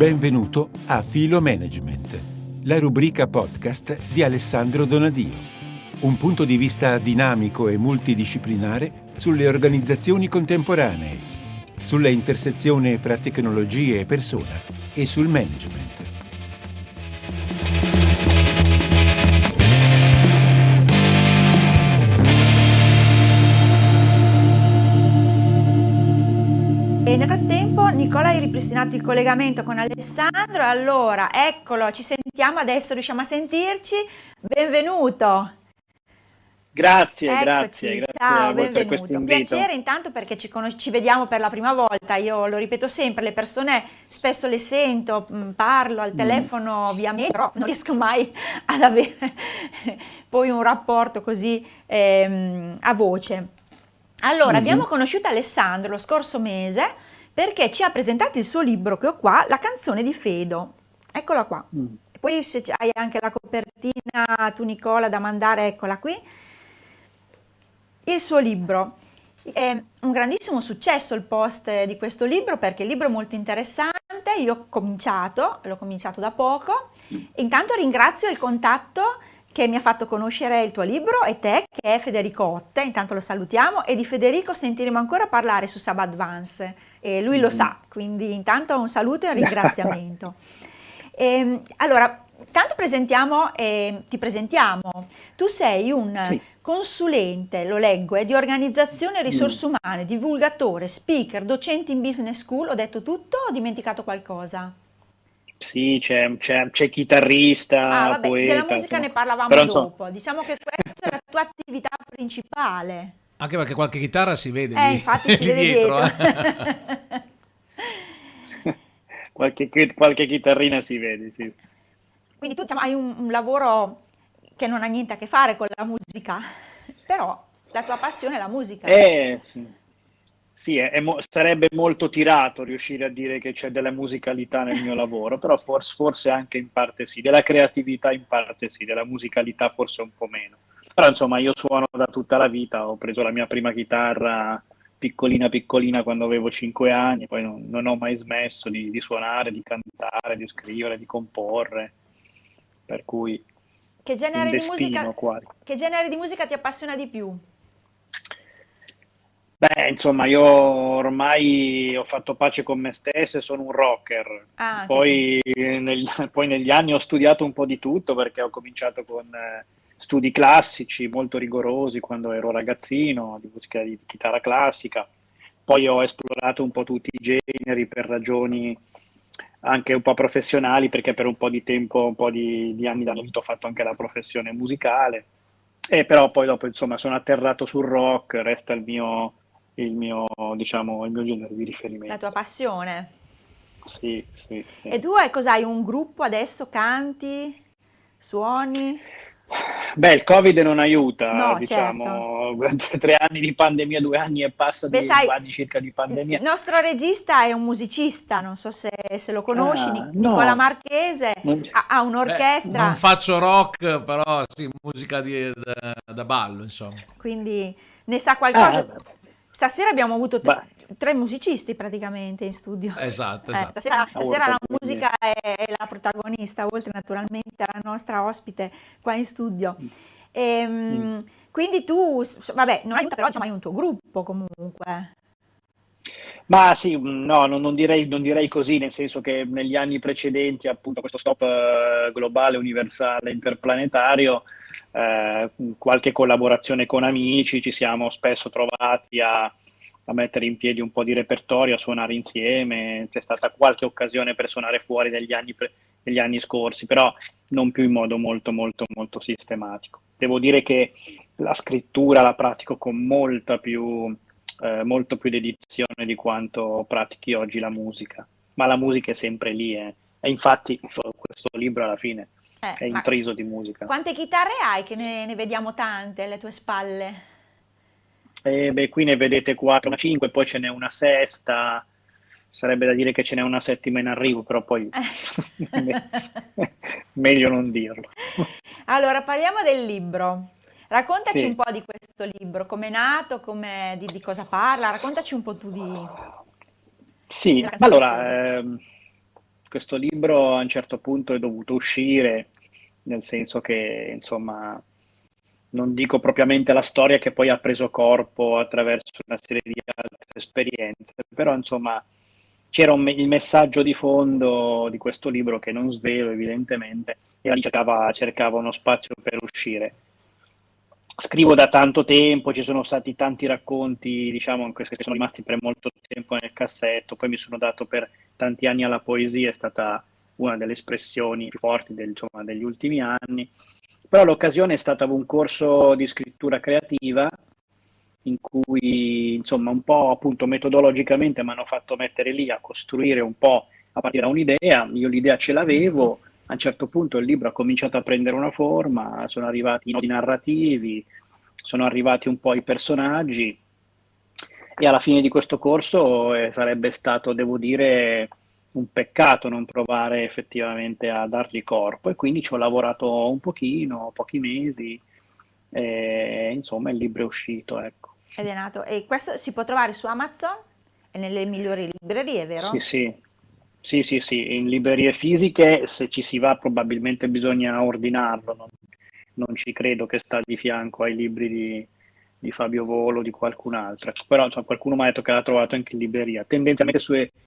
Benvenuto a Filo Management, la rubrica podcast di Alessandro Donadio. Un punto di vista dinamico e multidisciplinare sulle organizzazioni contemporanee, sulla intersezione fra tecnologie e persona e sul management. E nel frattempo Nicola hai ripristinato il collegamento con Alessandro, allora eccolo, ci sentiamo adesso, riusciamo a sentirci, benvenuto. Grazie Ciao, a voi per questo benvenuto. invito. Piacere intanto perché ci vediamo per la prima volta, io lo ripeto sempre, le persone spesso le sento, parlo al telefono via mail, però non riesco mai ad avere poi un rapporto così a voce. Allora, abbiamo conosciuto Alessandro lo scorso mese perché ci ha presentato il suo libro che ho qua, La canzone di Fedo. Eccola qua. E poi se hai anche la copertina tu Nicola da mandare, eccola qui. Il suo libro. È un grandissimo successo il post di questo libro perché il libro è molto interessante, io l'ho cominciato da poco. Intanto ringrazio il contatto che mi ha fatto conoscere il tuo libro e te, che è Federico Otte, intanto lo salutiamo, e di Federico sentiremo ancora parlare su Sub Advance, e lui lo sa, quindi intanto un saluto e un ringraziamento. Allora, tanto ti presentiamo, tu sei un consulente, lo leggo, di organizzazione e risorse umane, divulgatore, speaker, docente in business school, ho detto tutto o ho dimenticato qualcosa? Sì, c'è chitarrista, Vabbè, della poeta, musica insomma. ne parlavamo Però insomma, dopo. Diciamo che questa è la tua attività principale. Anche perché qualche chitarra si vede lì, Infatti si lì vede dietro. qualche chitarrina si vede, sì. Quindi tu diciamo, hai un lavoro che non ha niente a che fare con la musica, però la tua passione è la musica. Sì. Sì, sarebbe molto tirato riuscire a dire che c'è della musicalità nel mio lavoro, però forse anche in parte sì, della creatività in parte sì, della musicalità forse un po' meno. Però insomma io suono da tutta la vita, ho preso la mia prima chitarra piccolina quando avevo 5 anni, poi non ho mai smesso di suonare, di cantare, di scrivere, di comporre, per cui Che un genere di destino musica, quasi. che genere di musica ti appassiona di più? Beh, insomma, io ormai ho fatto pace con me stesso e sono un rocker. Anche tu. Poi negli anni ho studiato un po' di tutto perché ho cominciato con studi classici molto rigorosi quando ero ragazzino, di musica di chitarra classica. Poi ho esplorato un po' tutti i generi per ragioni anche un po' professionali, perché per un po' di tempo, un po' di anni da vita ho fatto anche la professione musicale. E però poi dopo, insomma, sono atterrato sul rock, resta diciamo, il mio genere di La riferimento. tua passione. Sì. E tu cos'hai? Un gruppo adesso? Canti? Suoni? Beh, il Covid non aiuta, No, certo. diciamo, 3 anni di pandemia, 2 anni e passa Beh, di sai, 2 anni circa di il pandemia. nostro regista è un musicista, non so se lo conosci, Ah, Nicola no, Marchese, non- ha Beh, non un'orchestra, faccio rock, però sì, musica da ballo, insomma. quindi ne sa ah, qualcosa. Stasera abbiamo avuto beh, tre musicisti praticamente in studio. Esatto. Stasera urca, la quindi. musica è la protagonista, oltre naturalmente alla nostra ospite qua in studio. Mm. Quindi tu, vabbè, non aiuta, però diciamo, hai un tuo gruppo comunque. Ma sì, no, non direi così, nel senso che negli anni precedenti, appunto, questo stop globale, universale, interplanetario, qualche collaborazione con amici, ci siamo spesso trovati a mettere in piedi un po' di repertorio, a suonare insieme, c'è stata qualche occasione per suonare fuori negli anni scorsi, però non più in modo molto, molto, molto sistematico. Devo dire che la scrittura la pratico con molto più dedizione di quanto pratichi oggi la musica, ma la musica è sempre lì, e infatti questo libro alla fine è Ma intriso di musica. quante chitarre hai che ne vediamo tante alle tue spalle? E beh, qui ne vedete 4, 5, poi ce n'è una sesta, sarebbe da dire che ce n'è una settima in arrivo, però poi meglio non dirlo. Allora, parliamo del libro. Raccontaci un Sì. po' di questo libro, come è nato, di cosa parla, raccontaci un po' tu Sì, della canzone di Fede. allora, questo libro a un certo punto è dovuto uscire, nel senso che, insomma, non dico propriamente la storia che poi ha preso corpo attraverso una serie di altre esperienze, però insomma c'era il messaggio di fondo di questo libro che non svelo evidentemente, e lì cercava uno spazio per uscire. Scrivo da tanto tempo, ci sono stati tanti racconti, diciamo, che sono rimasti per molto tempo nel cassetto, poi mi sono dato per tanti anni alla poesia, è stata una delle espressioni più forti insomma, degli ultimi anni, però l'occasione è stata un corso di scrittura creativa in cui, insomma, un po' appunto metodologicamente mi hanno fatto mettere lì a costruire un po' a partire da un'idea, io l'idea ce l'avevo, a un certo punto il libro ha cominciato a prendere una forma, sono arrivati i nodi narrativi, sono arrivati un po' i personaggi e alla fine di questo corso sarebbe stato, devo dire, un peccato non provare effettivamente a dargli corpo e quindi ci ho lavorato un pochino, pochi mesi e insomma il libro è uscito, ecco. Ed è nato. E questo si può trovare su Amazon e nelle migliori librerie, Sì, vero? sì, sì, sì, sì, in librerie fisiche se ci si va probabilmente bisogna ordinarlo, non ci credo che sta di fianco ai libri di Fabio Volo o di qualcun altro, ecco, però insomma, qualcuno mi ha detto che l'ha trovato anche in libreria, tendenzialmente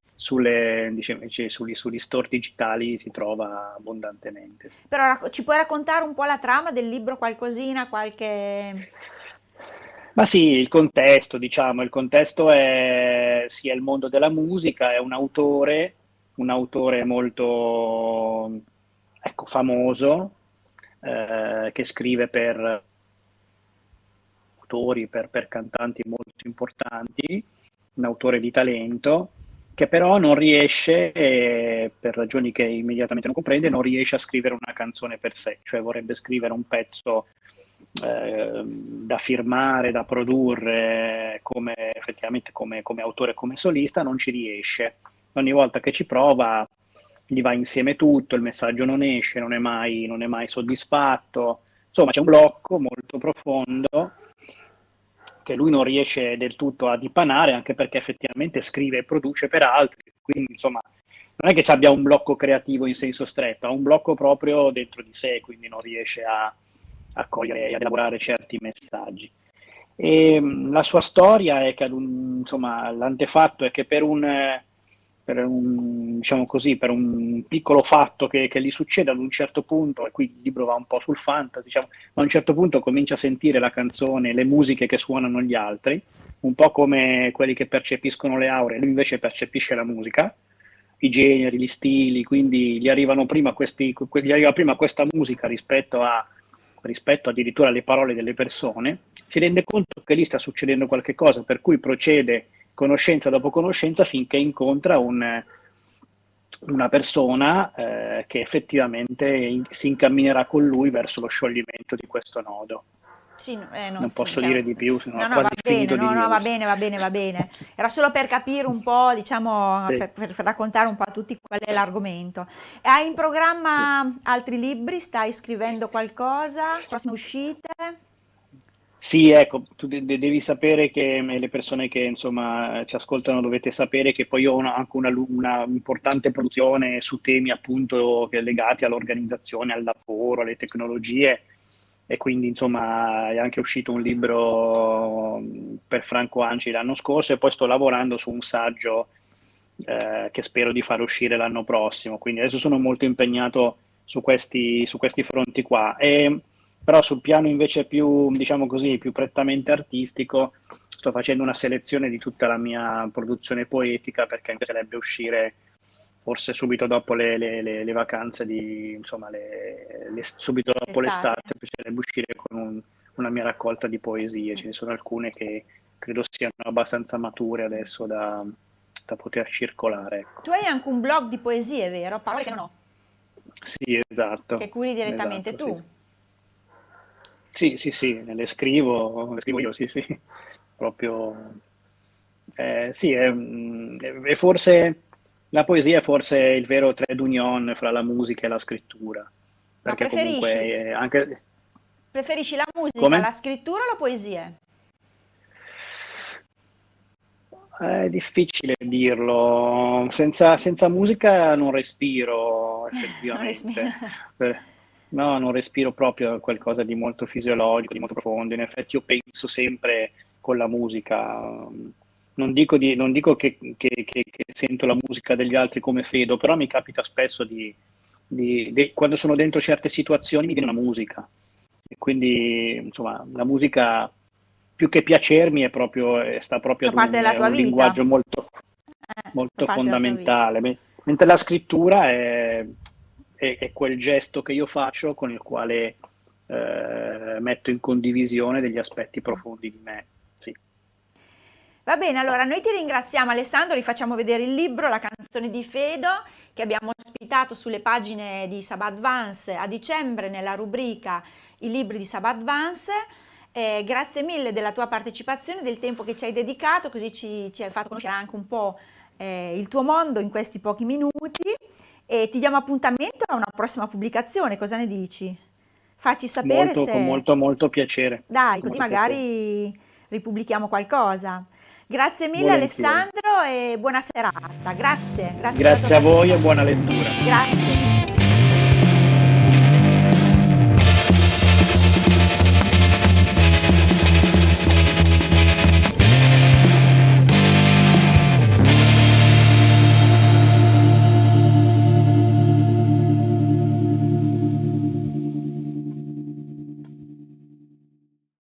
sugli store digitali si trova abbondantemente. Però ci puoi raccontare un po' la trama del libro, qualcosina, qualche... Ma sì, il contesto, diciamo, il contesto è sia il mondo della musica, è un autore molto, ecco, famoso, che scrive per autori, per cantanti molto importanti, un autore di talento, che però non riesce, per ragioni che immediatamente non comprende, non riesce a scrivere una canzone per sé, cioè vorrebbe scrivere un pezzo da firmare, da produrre come effettivamente come autore, come solista, non ci riesce. Ogni volta che ci prova gli va insieme tutto, il messaggio non esce, non è mai soddisfatto. Insomma, c'è un blocco molto profondo che lui non riesce del tutto a dipanare, anche perché effettivamente scrive e produce per altri. Quindi, insomma, non è che ci abbia un blocco creativo in senso stretto, ha un blocco proprio dentro di sé, quindi non riesce a cogliere e a elaborare certi messaggi. E la sua storia è che, insomma, l'antefatto è che diciamo così, per un piccolo fatto che gli succede ad un certo punto, e qui il libro va un po' sul fantasy, diciamo, ma a un certo punto comincia a sentire la canzone, le musiche che suonano gli altri, un po' come quelli che percepiscono le aure, lui invece percepisce la musica, i generi, gli stili, quindi gli arriva prima questa musica rispetto addirittura alle parole delle persone, si rende conto che lì sta succedendo qualche cosa, per cui procede conoscenza dopo conoscenza finché incontra una persona che effettivamente si incamminerà con lui verso lo scioglimento di questo nodo. Sì, no, Non posso diciamo, dire di più, se no no, ho no, va quasi bene, finito di no, no, va dirlo. bene, va bene, va bene. Era solo per capire un po', diciamo, Sì, per raccontare un po' a tutti qual è l'argomento. E hai in sì. programma altri libri? Stai scrivendo qualcosa? Prossime uscite? Sì, ecco, tu devi sapere che le persone che insomma ci ascoltano dovete sapere che poi io ho anche una importante produzione su temi appunto legati all'organizzazione, al lavoro, alle tecnologie e quindi insomma è anche uscito un libro per Franco Anci l'anno scorso e poi sto lavorando su un saggio che spero di far uscire l'anno prossimo, quindi adesso sono molto impegnato su questi fronti qua. Però sul piano invece più, diciamo così, più prettamente artistico, sto facendo una selezione di tutta la mia produzione poetica perché mi piacerebbe uscire forse subito dopo le vacanze insomma, subito dopo Estate? l'estate, mi piacerebbe uscire con una mia raccolta di poesie. Ce ne sono alcune che credo siano abbastanza mature adesso da poter circolare, ecco. Tu hai anche un blog di poesie, vero? Parole che non ho, Sì, che esatto, curi direttamente esatto, sì. tu. Sì, sì, sì, le scrivo io, sì, sì, proprio, sì, è forse, la poesia è forse il vero trade union fra la musica e la scrittura, Ma perché comunque anche, preferisci la musica, come? la scrittura o la poesia? È difficile dirlo. Senza musica non respiro, Non respiro. effettivamente. Eh, No, non respiro proprio, è qualcosa di molto fisiologico, di molto profondo. In effetti io penso sempre con la musica. Non dico che sento la musica degli altri come Fedo, però mi capita spesso quando sono dentro certe situazioni mi viene una musica. E quindi, insomma, la musica più che piacermi sta proprio Fa ad parte della è tua un vita. linguaggio Fa molto parte della tua vita. fondamentale. Mentre la scrittura è quel gesto che io faccio con il quale metto in condivisione degli aspetti profondi di me. Sì. Va bene, allora noi ti ringraziamo Alessandro, rifacciamo vedere il libro, La canzone di Fedo, che abbiamo ospitato sulle pagine di Sabadvance a dicembre nella rubrica I libri di Sabadvance. Grazie mille della tua partecipazione, del tempo che ci hai dedicato, così ci hai fatto conoscere anche un po' il tuo mondo in questi pochi minuti e ti diamo appuntamento a una prossima pubblicazione, cosa ne dici? Facci sapere Con se... molto, molto piacere. Dai, Con così molto piacere. magari ripubblichiamo qualcosa. Grazie mille Volentieri. Alessandro e buona serata. Grazie, grazie per la tua Grazie a voi e buona partecipazione. lettura. Grazie.